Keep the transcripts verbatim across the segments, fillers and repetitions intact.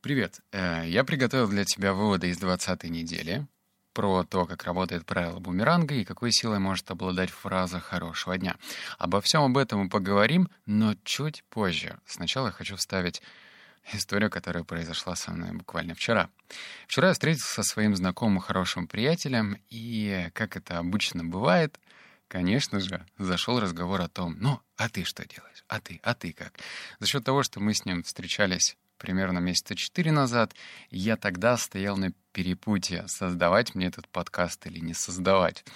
Привет. Э, Я приготовил для тебя выводы из двадцатой недели про то, как работает правило бумеранга и какой силой может обладать фраза «хорошего дня». Обо всем об этом мы поговорим, но чуть позже. Сначала я хочу вставить историю, которая произошла со мной буквально вчера. Вчера я встретился со своим знакомым хорошим приятелем, и, как это обычно бывает, конечно же, зашел разговор о том, ну, а ты что делаешь? А ты? А ты как? За счет того, что мы с ним встречались примерно месяца четыре назад, я тогда стоял на перепутье, создавать мне этот подкаст или не создавать.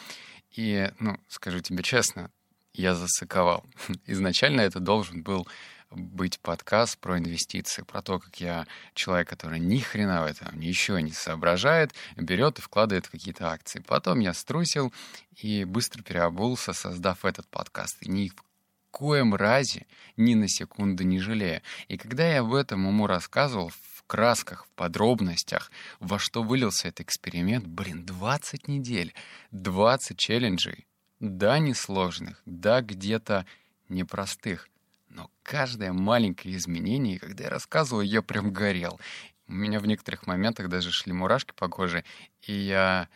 И, ну, скажу тебе честно, я засыковал. Изначально это должен был быть подкаст про инвестиции, про то, как я, человек, который ни хрена в этом ничего не соображает, берет и вкладывает в какие-то акции. Потом я струсил и быстро переобулся, создав этот подкаст. И ни в коем разе ни на секунду не жалею. И когда я об этом ему рассказывал в красках, в подробностях, во что вылился этот эксперимент, блин, двадцать недель, двадцать челленджей, да, несложных, да, где-то непростых, но каждое маленькое изменение, когда я рассказывал, я прям горел. У меня в некоторых моментах даже шли мурашки по коже, и я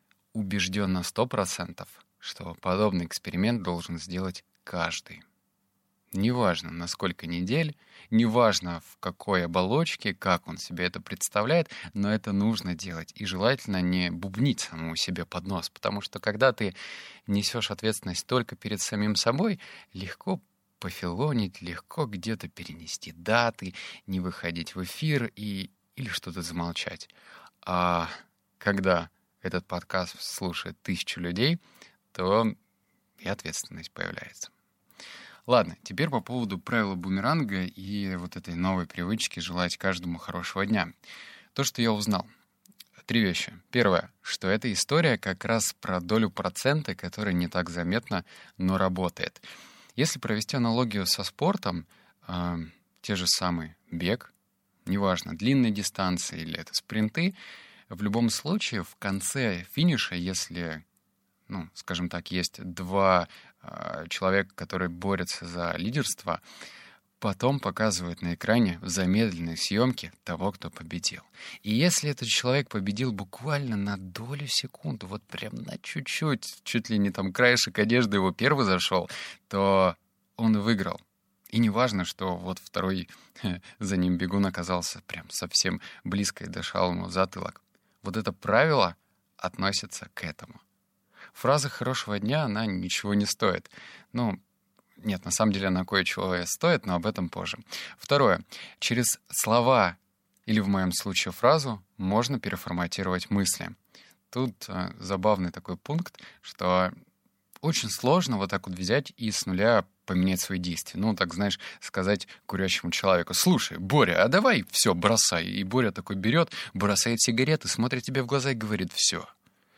убежден на сто процентов, что подобный эксперимент должен сделать каждый. Неважно, на сколько недель, неважно, в какой оболочке, как он себе это представляет, но это нужно делать. И желательно не бубнить самому себе под нос, потому что когда ты несешь ответственность только перед самим собой, легко пофилонить, легко где-то перенести даты, не выходить в эфир и, или что-то замолчать. А когда этот подкаст слушает тысячу людей, то и ответственность появляется. Ладно, теперь по поводу правила бумеранга и вот этой новой привычки желать каждому хорошего дня. То, что я узнал. Три вещи. Первое, что эта история как раз про долю процента, которая не так заметна, но работает. Если провести аналогию со спортом, э, те же самые бег, неважно, длинные дистанции или это спринты, в любом случае в конце финиша, если, ну, скажем так, есть два э, человека, которые борются за лидерство, потом показывают на экране в замедленной съемке того, кто победил. И если этот человек победил буквально на долю секунды, вот прям на чуть-чуть, чуть ли не там краешек одежды его первый зашел, то он выиграл. И не важно, что вот второй за ним бегун оказался прям совсем близко и дышал ему в затылок. Вот это правило относится к этому. Фраза «хорошего дня», она ничего не стоит. Ну, нет, на самом деле она кое-чего стоит, но об этом позже. Второе. Через слова или, в моем случае, фразу можно переформатировать мысли. Тут э, забавный такой пункт, что очень сложно вот так вот взять и с нуля поменять свои действия. Ну, так, знаешь, сказать курящему человеку: «Слушай, Боря, а давай все, бросай». И Боря такой берет, бросает сигареты, смотрит тебе в глаза и говорит: «Все,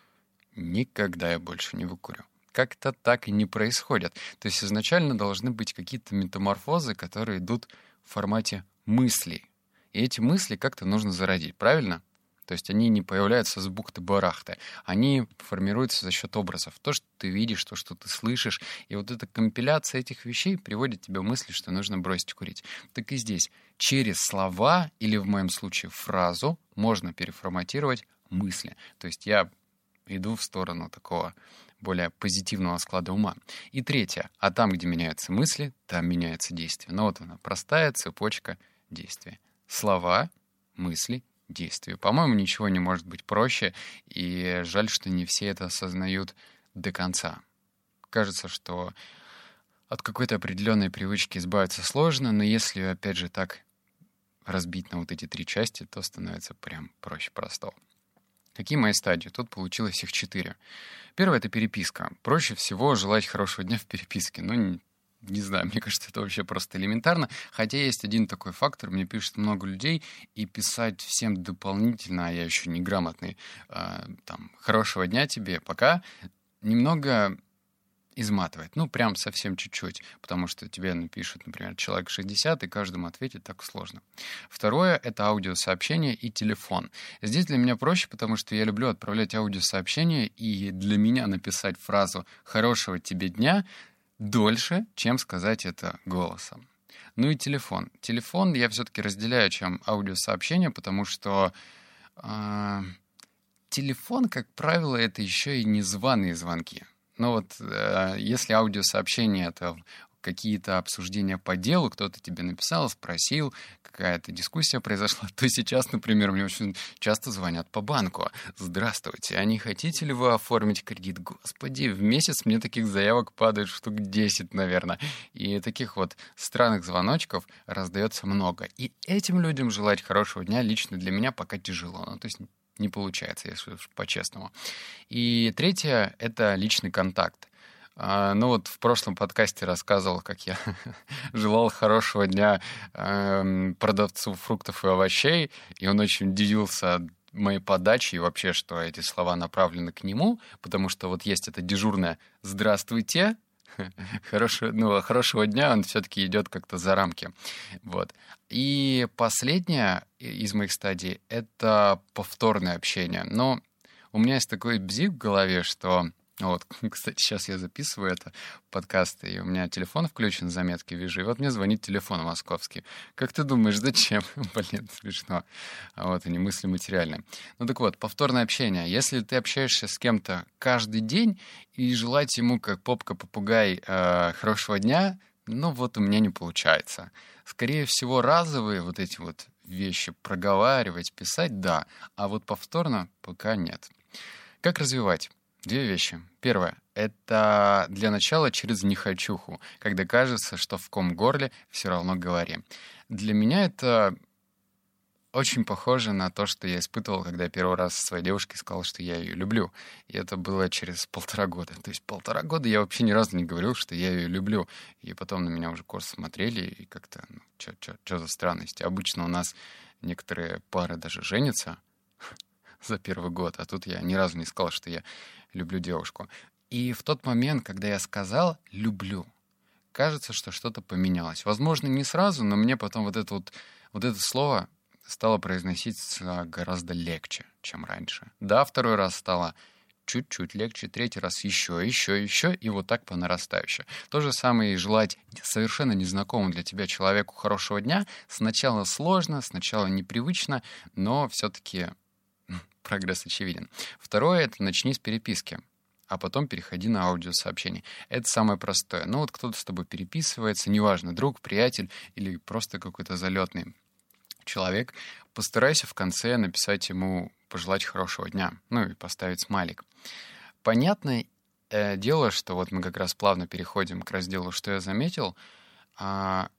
никогда я больше не выкурю». Как-то так и не происходит. То есть изначально должны быть какие-то метаморфозы, которые идут в формате мыслей. И эти мысли как-то нужно зародить, правильно? То есть они не появляются с бухты-барахты. Они формируются за счет образов. То, что ты видишь, то, что ты слышишь. И вот эта компиляция этих вещей приводит тебя к мысли, что нужно бросить курить. Так и здесь. Через слова, или в моем случае фразу, можно переформатировать мысли. То есть я иду в сторону такого более позитивного склада ума. И третье. А там, где меняются мысли, там меняется действие. Ну вот она, простая цепочка действий. Слова, мысли, действия. По-моему, ничего не может быть проще, и жаль, что не все это осознают до конца. Кажется, что от какой-то определенной привычки избавиться сложно, но если, опять же, так разбить на вот эти три части, то становится прям проще простого. Какие мои стадии? Тут получилось их четыре. Первое — это переписка. Проще всего желать хорошего дня в переписке. Ну, не, не знаю, мне кажется, это вообще просто элементарно. Хотя есть один такой фактор. Мне пишет много людей, и писать всем дополнительно, а я еще неграмотный, э, там, «хорошего дня тебе, пока», немного изматывает. Ну, прям совсем чуть-чуть, потому что тебе напишут, например, человек шестьдесят, и каждому ответить так сложно. Второе — это аудиосообщение и телефон. Здесь для меня проще, потому что я люблю отправлять аудиосообщения, и для меня написать фразу «хорошего тебе дня» дольше, чем сказать это голосом. Ну и телефон. Телефон я все-таки разделяю, чем аудиосообщение, потому что э, телефон, как правило, это еще и незваные звонки. Но вот э, если аудиосообщение — это какие-то обсуждения по делу, кто-то тебе написал, спросил, какая-то дискуссия произошла, то сейчас, например, мне очень часто звонят по банку. Здравствуйте, а не хотите ли вы оформить кредит? Господи, в месяц мне таких заявок падает штук десять, наверное. И таких вот странных звоночков раздается много. И этим людям желать хорошего дня лично для меня пока тяжело. Ну, то есть не получается, если уж по-честному. И третье — это личный контакт. А, ну вот в прошлом подкасте рассказывал, как я желал хорошего дня эм, продавцу фруктов и овощей, и он очень удивился моей подаче и вообще, что эти слова направлены к нему, потому что вот есть это дежурное «здравствуйте», хорошего, ну, хорошего дня, он все-таки идет как-то за рамки. Вот. И последнее из моих стадий — это повторное общение. Но у меня есть такой бзик в голове, что... Вот, кстати, сейчас я записываю это, подкаст, и у меня телефон включен, заметки вижу, и вот мне звонит телефон московский. Как ты думаешь, зачем? Блин, смешно. А вот они, мысли материальные. Ну так вот, повторное общение. Если ты общаешься с кем-то каждый день и желать ему, как попка-попугай, э, хорошего дня, ну вот у меня не получается. Скорее всего, разовые вот эти вот вещи проговаривать, писать, да, а вот повторно пока нет. Как развивать? Две вещи. Первое — это для начала через нехочуху, когда кажется, что в ком горле все равно говори. Для меня это очень похоже на то, что я испытывал, когда я первый раз со своей девушкой сказал, что я ее люблю. И это было через полтора года. То есть полтора года я вообще ни разу не говорил, что я ее люблю. И потом на меня уже косо смотрели, и как-то, ну, что за странности. Обычно у нас некоторые пары даже женятся за первый год, а тут я ни разу не сказал, что я люблю девушку. И в тот момент, когда я сказал «люблю», кажется, что что-то поменялось. Возможно, не сразу, но мне потом вот это, вот, вот это слово стало произноситься гораздо легче, чем раньше. Да, второй раз стало чуть-чуть легче, третий раз еще, еще, еще, и вот так по нарастающей. То же самое и желать совершенно незнакомому для тебя человеку хорошего дня. Сначала сложно, сначала непривычно, но все-таки прогресс очевиден. Второе — это начни с переписки, а потом переходи на аудиосообщение. Это самое простое. Ну вот кто-то с тобой переписывается, неважно, друг, приятель или просто какой-то залетный человек, постарайся в конце написать ему пожелать хорошего дня, ну и поставить смайлик. Понятное э, дело, что вот мы как раз плавно переходим к разделу «Что я заметил», а,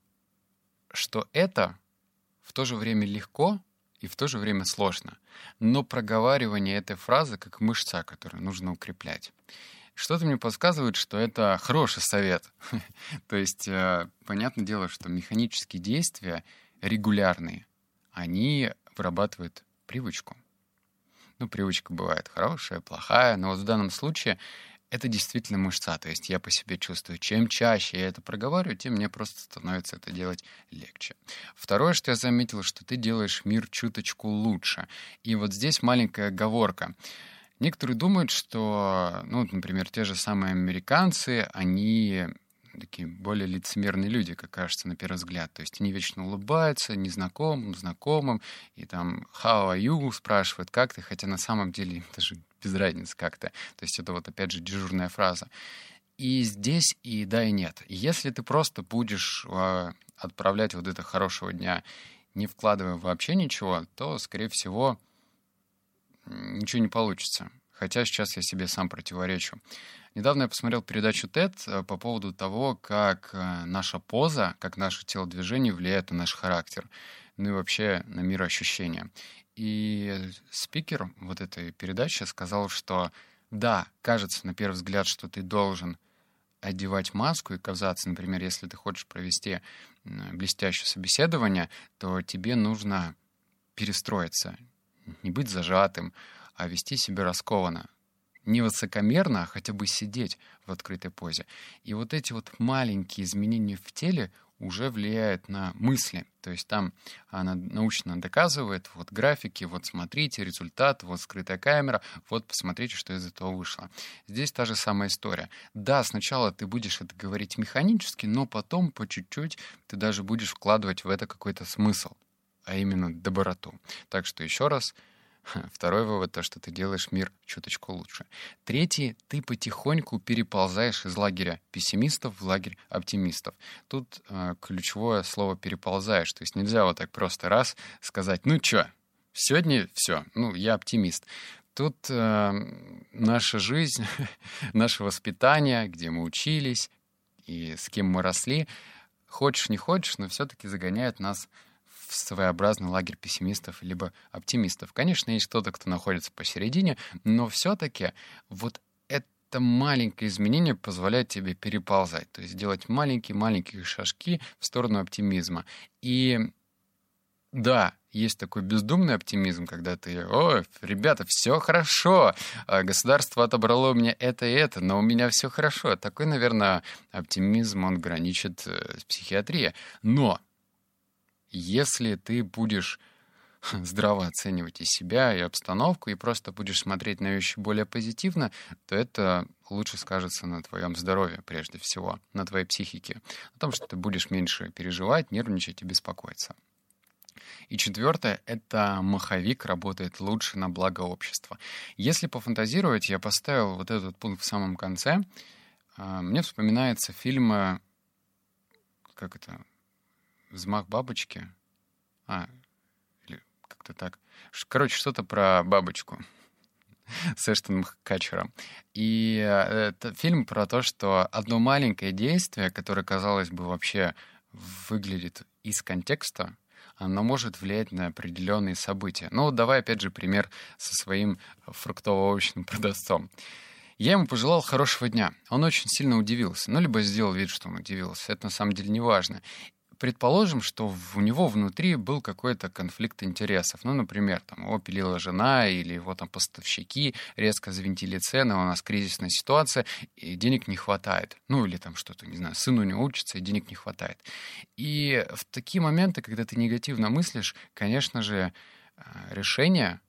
что это в то же время легко и в то же время сложно. Но проговаривание этой фразы как мышца, которую нужно укреплять. Что-то мне подсказывает, что это хороший совет. То есть, э, понятное дело, что механические действия регулярные, они вырабатывают привычку. Ну, привычка бывает хорошая, плохая, но вот в данном случае это действительно мышца. То есть я по себе чувствую, чем чаще я это проговариваю, тем мне просто становится это делать легче. Второе, что я заметил, что ты делаешь мир чуточку лучше. И вот здесь маленькая оговорка. Некоторые думают, что, ну, например, те же самые американцы, они такие более лицемерные люди, как кажется на первый взгляд. То есть они вечно улыбаются незнакомым, знакомым, и там «How are you?» спрашивают, как ты, хотя на самом деле им даже без разницы как-то. То есть это вот опять же дежурная фраза. И здесь и да, и нет. Если ты просто будешь э, отправлять вот это «хорошего дня», не вкладывая вообще ничего, то, скорее всего, ничего не получится. Хотя сейчас я себе сам противоречу. Недавно я посмотрел передачу тед по поводу того, как наша поза, как наше телодвижение влияет на наш характер, ну и вообще на мироощущение. И спикер вот этой передачи сказал, что да, кажется на первый взгляд, что ты должен одевать маску и казаться, например, если ты хочешь провести блестящее собеседование, то тебе нужно перестроиться, не быть зажатым, а вести себя раскованно. Не высокомерно, а хотя бы сидеть в открытой позе. И вот эти вот маленькие изменения в теле уже влияет на мысли. То есть там она научно доказывает, вот графики, вот смотрите, результат, вот скрытая камера, вот посмотрите, что из этого вышло. Здесь та же самая история. Да, сначала ты будешь это говорить механически, но потом по чуть-чуть ты даже будешь вкладывать в это какой-то смысл, а именно доброту. Так что еще раз, второй вывод, то, что ты делаешь мир чуточку лучше. Третий, ты потихоньку переползаешь из лагеря пессимистов в лагерь оптимистов. Тут э, ключевое слово «переползаешь». То есть нельзя вот так просто раз сказать, ну чё, сегодня все, ну я оптимист. Тут э, наша жизнь, наше воспитание, где мы учились и с кем мы росли, хочешь не хочешь, но все-таки загоняет нас в своеобразный лагерь пессимистов либо оптимистов. Конечно, есть кто-то, кто находится посередине, но все-таки вот это маленькое изменение позволяет тебе переползать, то есть делать маленькие-маленькие шажки в сторону оптимизма. И да, есть такой бездумный оптимизм, когда ты, ой, ребята, все хорошо, государство отобрало у меня это и это, но у меня все хорошо. Такой, наверное, оптимизм, он граничит с психиатрией. Но если ты будешь здраво оценивать и себя, и обстановку, и просто будешь смотреть на вещи более позитивно, то это лучше скажется на твоем здоровье, прежде всего, на твоей психике. О том, что ты будешь меньше переживать, нервничать и беспокоиться. И четвертое — это маховик работает лучше на благо общества. Если пофантазировать, я поставил вот этот пункт в самом конце. Мне вспоминается фильм, как это, «Взмах бабочки». А, или как-то так. Короче, что-то про бабочку с Эштоном Катчером. И это фильм про то, что одно маленькое действие, которое, казалось бы, вообще выглядит из контекста, оно может влиять на определенные события. Ну, давай, опять же, пример со своим фруктово-овощным продавцом. Я ему пожелал хорошего дня. Он очень сильно удивился. Ну, либо сделал вид, что он удивился. Это на самом деле не важно. Предположим, что у него внутри был какой-то конфликт интересов. Ну, например, там, его пилила жена, или его там поставщики резко завинтили цены, у нас кризисная ситуация, и денег не хватает. Ну, или там что-то, не знаю, сын у него учится, и денег не хватает. И в такие моменты, когда ты негативно мыслишь, конечно же, решение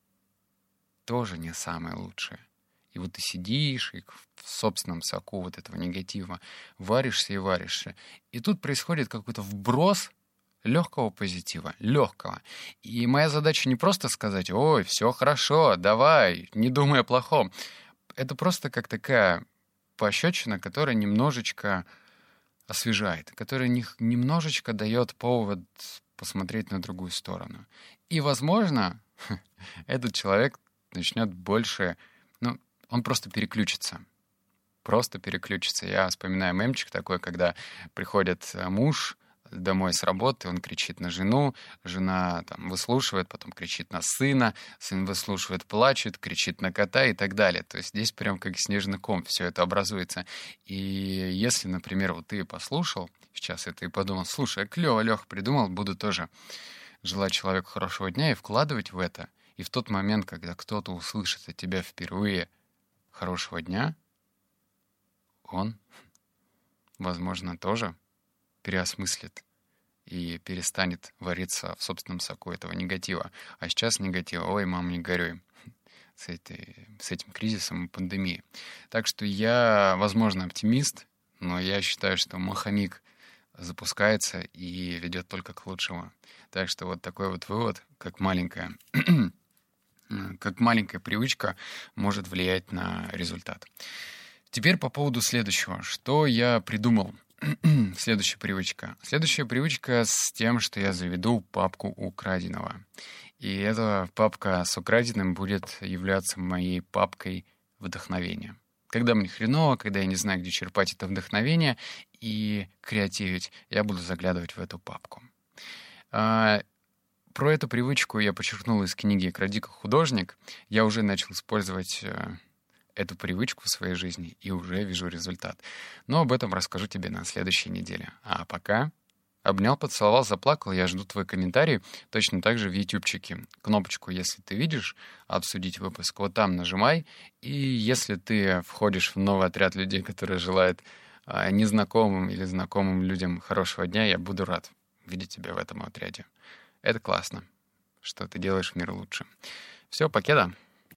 тоже не самое лучшее. И вот ты сидишь и в собственном соку вот этого негатива варишься и варишься. И тут происходит какой-то вброс легкого позитива, легкого. И моя задача не просто сказать, ой, все хорошо, давай, не думай о плохом. Это просто как такая пощечина, которая немножечко освежает, которая немножечко дает повод посмотреть на другую сторону. И, возможно, этот человек начнет больше... ну, он просто переключится. Просто переключится. Я вспоминаю мемчик такой, когда приходит муж домой с работы, он кричит на жену, жена там выслушивает, потом кричит на сына, сын выслушивает, плачет, кричит на кота и так далее. То есть здесь прям как снежный ком все это образуется. И если, например, вот ты послушал сейчас это и подумал, слушай, клево, Лех, придумал, буду тоже желать человеку хорошего дня и вкладывать в это. И в тот момент, когда кто-то услышит от тебя впервые хорошего дня, он, возможно, тоже переосмыслит и перестанет вариться в собственном соку этого негатива. А сейчас негатива, ой, мам, не горюй, с, этой, с этим кризисом и пандемией. Так что я, возможно, оптимист, но я считаю, что маховик запускается и ведет только к лучшему. Так что вот такой вот вывод, как маленькая, как маленькая привычка может влиять на результат. Теперь по поводу следующего. Что я придумал? Следующая привычка. Следующая привычка с тем, что я заведу папку украденного. И эта папка с украденным будет являться моей папкой вдохновения. Когда мне хреново, когда я не знаю, где черпать это вдохновение и креативить, я буду заглядывать в эту папку. А, про эту привычку я подчеркнул из книги «Кради как художник». Я уже начал использовать эту привычку в своей жизни и уже вижу результат. Но об этом расскажу тебе на следующей неделе. А пока обнял, поцеловал, заплакал. Я жду твой комментарий. Точно так же в ютубчике. Кнопочку, если ты видишь, обсудить выпуск, вот там нажимай. И если ты входишь в новый отряд людей, которые желают а, незнакомым или знакомым людям хорошего дня, я буду рад видеть тебя в этом отряде. Это классно, что ты делаешь мир лучше. Все, покеда.